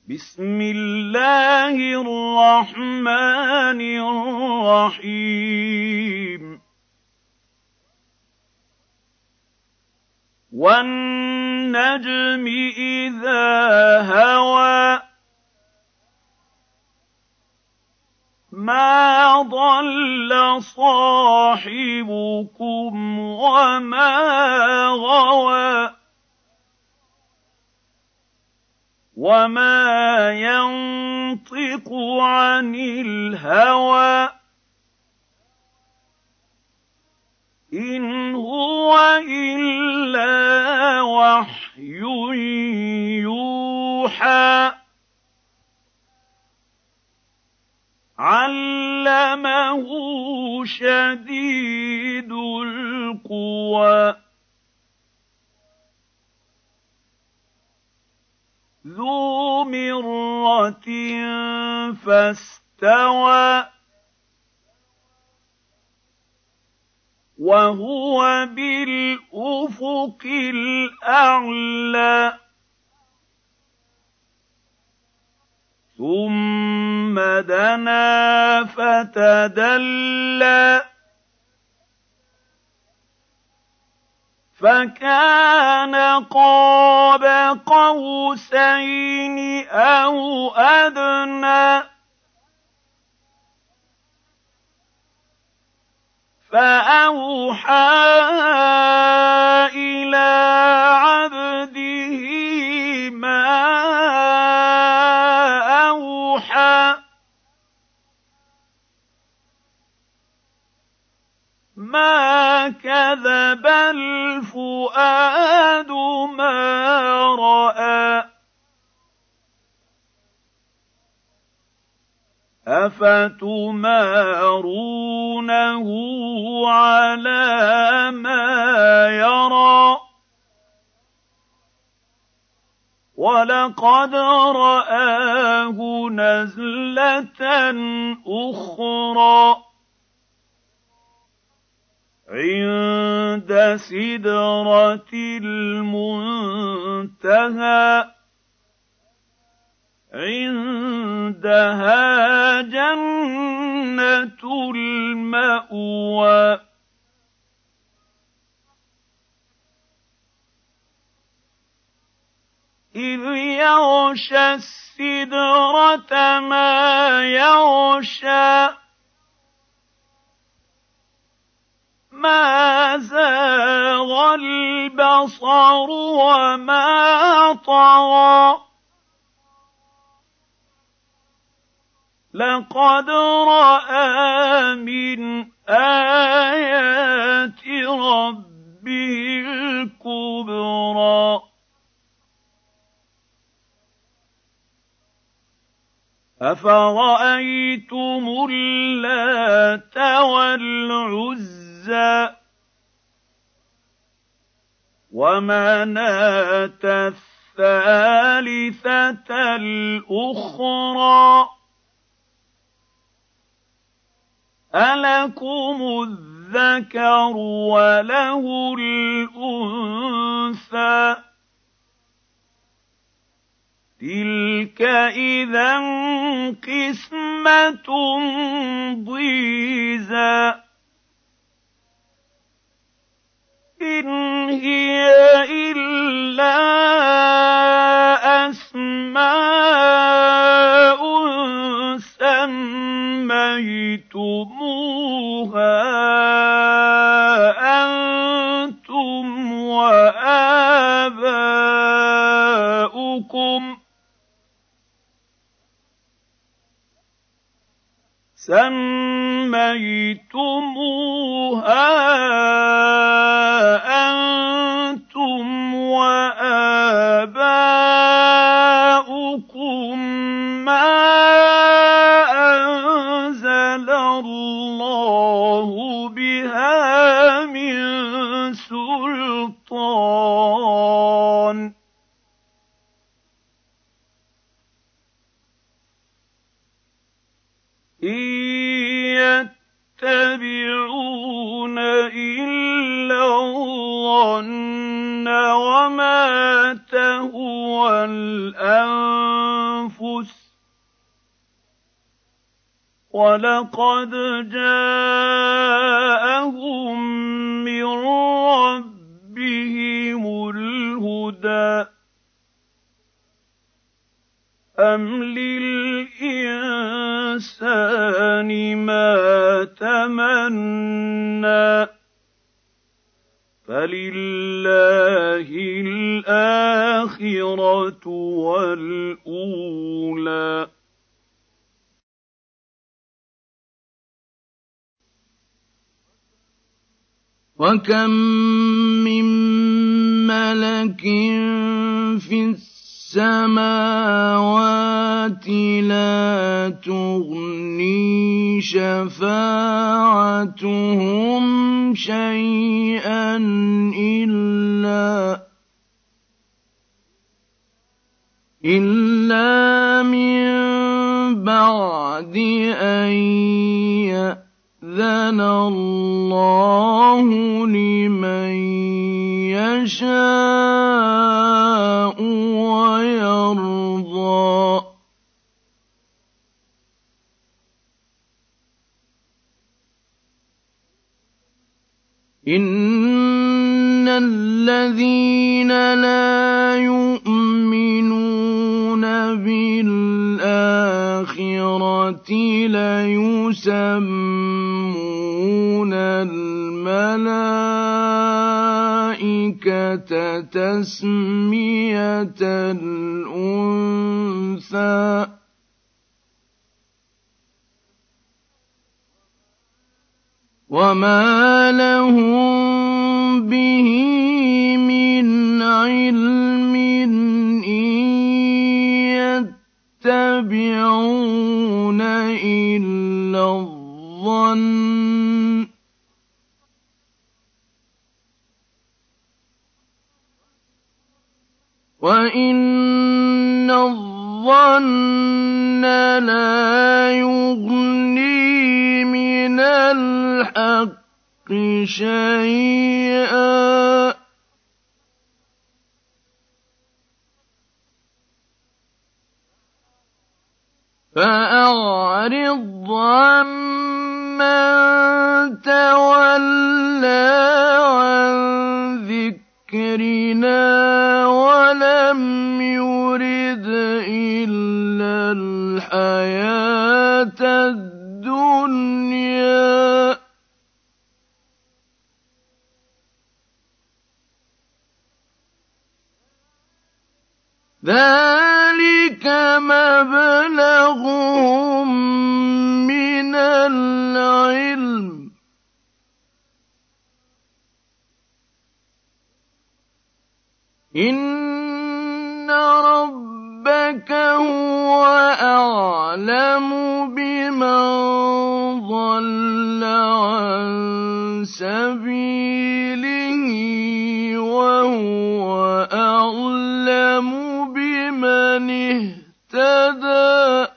بسم الله الرحمن الرحيم والنجم إذا هوى ما ضل صاحبكم وما غوى وما ينطق عن الهوى إن هو إلا وحي يوحى علمه شديد القوى ذو مرة فاستوى وهو بالأفق الأعلى ثم دنا فتدلى فكان قاب قوسين أو أدنى فأوحى إلى عبده ما أوحى ما كذب الفؤاد ما رأى أفتمارونه على ما يرى ولقد رآه نزلة أخرى عند سدرة المنتهى عندها جنة المأوى إذ يغشى السدرة ما يغشى ما زاغ البصر وما طغى لقد رأى من آيات ربه الكبرى أفرأيتم اللات والعزى ومناة الثالثة الأخرى ألكم الذكر وله الأنثى تلك إذا قسمة ضيزى إن هي إلا أسماء سميتموها أنتم وآباؤكم ما أنزل الله بها من سلطان إن يتبعون إلا الظن وما تهوى وَالْأَنفُسِ ۖ وَلَقَدْ جَاءَهُم مِّن رَّبِّهِمُ الْهُدَىٰ أَمْ لِلْإِنسَانِ مَا تَمَنَّىٰ فَلِلَّهِ الْآخِرَةُ وَالْأُولَىٰ وَكَم مِّن مَّلَكٍ فِي السَّمَاوَاتِ لَا تُغْنِي شَفَاعَتُهُمْ شَيْئًا إِلَّا مِن بَعْدِ أَن يَأْذَنَ اللَّهُ لِمَن يَشَاءُ وَيَرْضَىٰ إِنَّ الَّذِينَ لَا يُؤْمِنُونَ بِالْآخِرَةِ لَيُسَمُّونَ الْمَلَائِكَةَ تَسْمِيَةَ الْأُنثَىٰ وَمَا لَهُم بِهِ مِنْ عِلْمٍ إِن يَتَّبِعُونَ إِلَّا الظَّنَّ وَإِنَّ الظَّنَّ لَا يُغْنِي مِنَ الْحَقِّ شَيْئًا فَأَعْرِضْ عَمَّن تَوَلَّىٰ عَن ذِكْرِنَا وَلَمْ يُرِدْ إِلَّا الْحَيَاةَ الدُّنْيَا ذَٰلِكَ مَبْلَغُهُم مِّنَ الْعِلْمِ ۚ إِنَّ رَبَّكَ هُوَ أَعْلَمُ بِمَن ضَلَّ عَن سَبِيلِهِ وَهُوَ أَعْلَمُ بِمَنِ اهْتَدَىٰ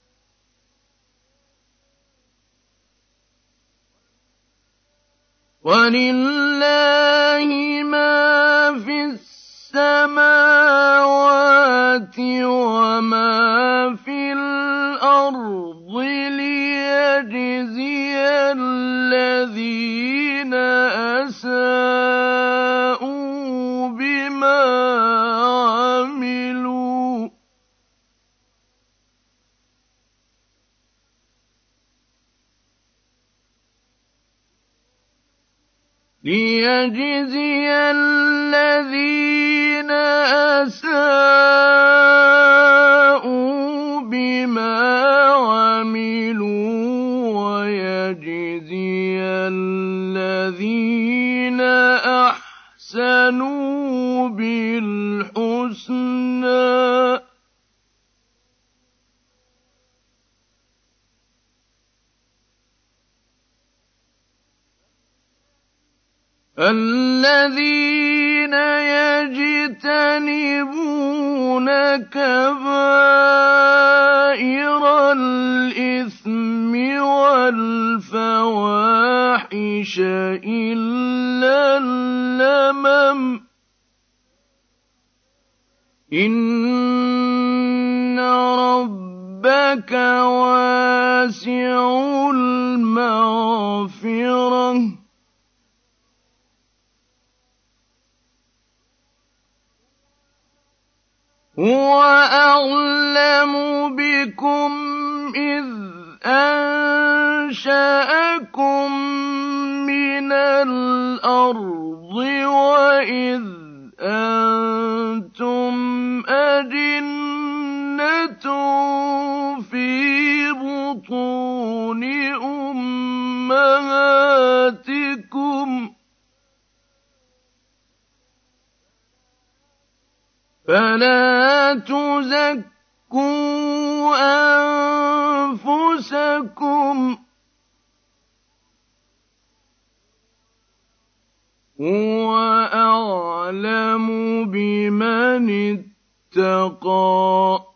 وَلِلَّهِ مَا فِي السَّمَاوَاتِ وَمَا فِي الْأَرْضِ لِيَجْزِيَ الَّذِينَ أَسَاءُوا بِمَا عَمِلُوا وَيَجْزِيَ الَّذِينَ أَحْسَنُوا بِالْحُسْنَىٰ الَّذِينَ يَجْتَنِبُونَ كَبَائِرَ الْإِثْمِ وَالْفَوَاحِشَ إِلَّا اللَّمَمَ إِنَّ رَبَّكَ وَاسِعُ الْمَغْفِرَةِ هُوَ أَعْلَمُ بِكُمْ إِذْ أَنشَأَكُم مِّنَ الْأَرْضِ وَإِذْ أَنتُمْ أَجِنَّةٌ فِي بُطُونِ أُمَّهَاتِكُمْ فَلَا تُزَكُّوا أَنفُسَكُمْ هُوَ أَعْلَمُ بِمَنِ اتَّقَىٰ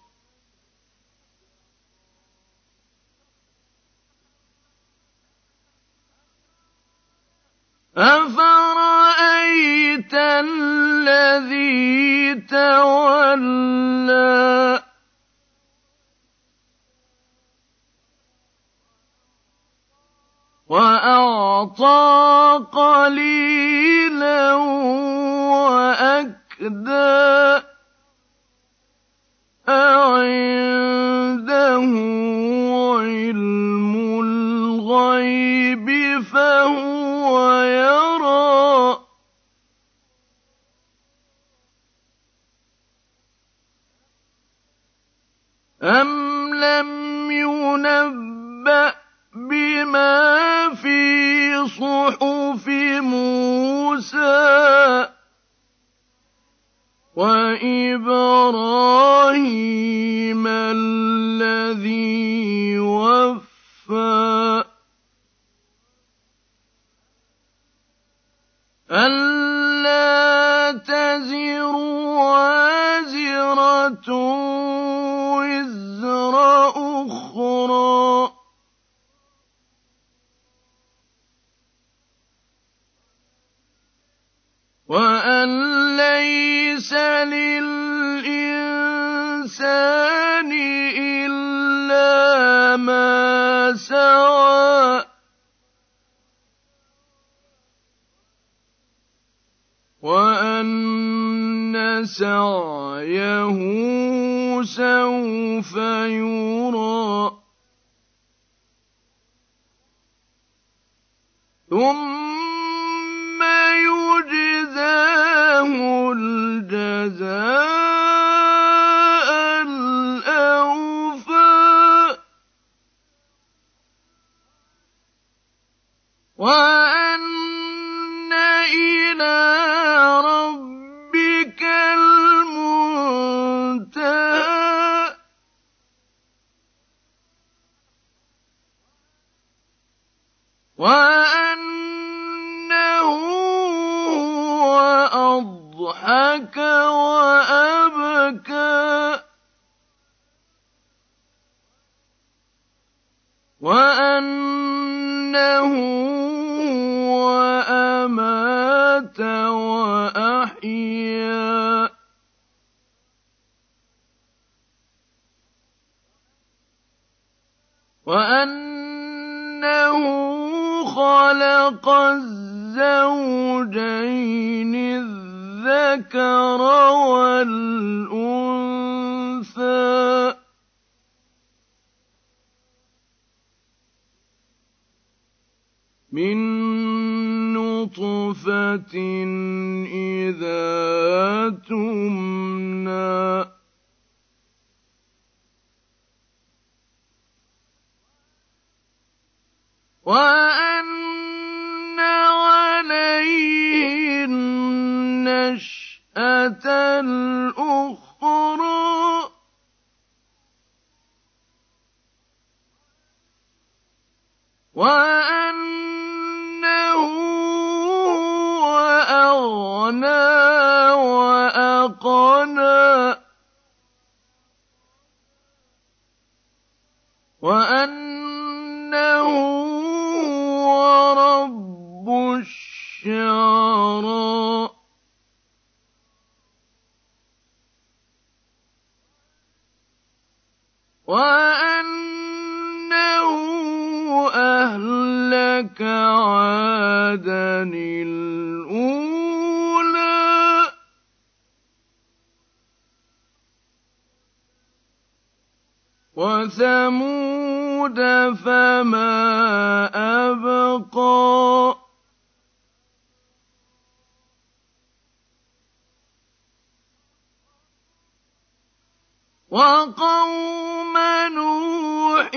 أَفَرَأَيْتَ الَّذِي تَوَلَّىٰ وَأَعْطَىٰ قَلِيلًا وَأَكْدَىٰ أَعِندَهُ عِلْمُ الْغَيْبِ فَهُوَ يَرَىٰ أَمْ لَمْ يُنَبَّأْ بِمَا فِي صُحُفِ مُوسَىٰ وَإِبْرَاهِيمَ الَّذِي وَفَّىٰ أَلَّا تَزِرُ وَازِرَةٌ وِزْرَ أُخْرَىٰ وَأَن لَّيْسَ لِلْإِنسَانِ إِلَّا مَا سَعَىٰ وَأَنَّ سَعْيَهُ سَوْفَ يُرَىٰ ثُمَّ يُجْزَاهُ الْجَزَاءَ الْأَوْفَىٰ وَأَنَّ إِلَىٰ رَبِّكَ الْمُنتَهَىٰ وَأَنَّهُ هُوَ أَضْحَكَ وَأَبْكَىٰ وَأَنَّهُ هُوَ أَمَاتَ وَأَحْيَا وَأَنَّهُ خَلَقَ الزَّوْجَيْنِ الذَّكَرَ وَالْأُنثَىٰ مِن نُّطْفَةٍ إِذَا تُمْنَىٰ وَأَنَّ عَلَيْهِ النَّشْأَةَ الْأُخْرَىٰ وَأَنَّهُ هُوَ أَغْنَىٰ وَأَقْنَىٰ وَأَنَّهُ هُوَ رَبُّ الشِّعْرَىٰ وأنه أهلك عادا الأولى وثمود فما أبقى وقوم نوح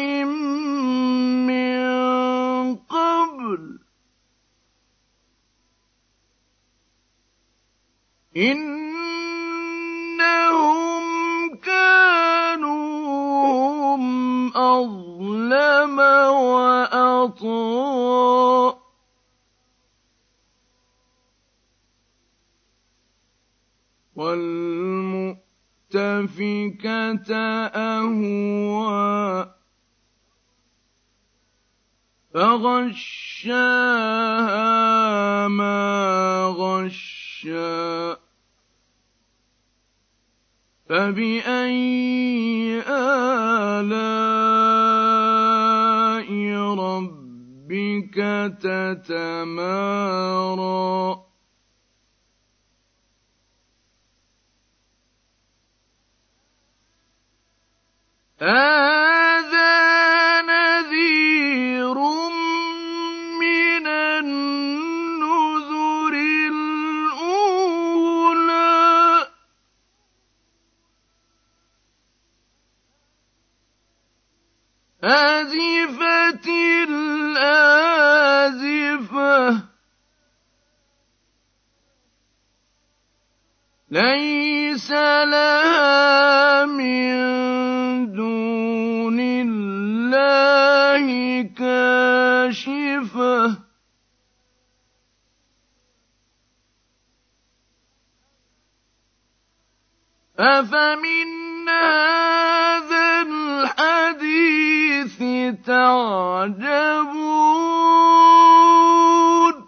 من قبل إنهم كانوا هم أظلم وأطغى والمؤتفكة أهوى فغشاها ما غشا فبأي آلاء ربك تتمارى هذا نذير من النذر الأولى آزفت الآزفة ليس لها من دون الله كاشفة أفمن هذا الحديث تعجبون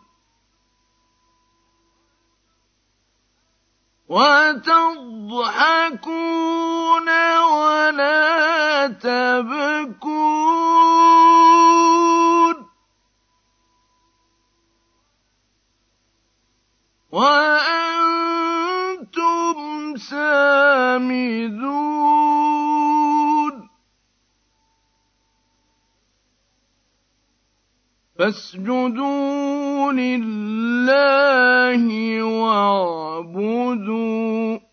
وتضحكون ولا تبكون وأنتم سامدون فاسجدوا لله واعبدوا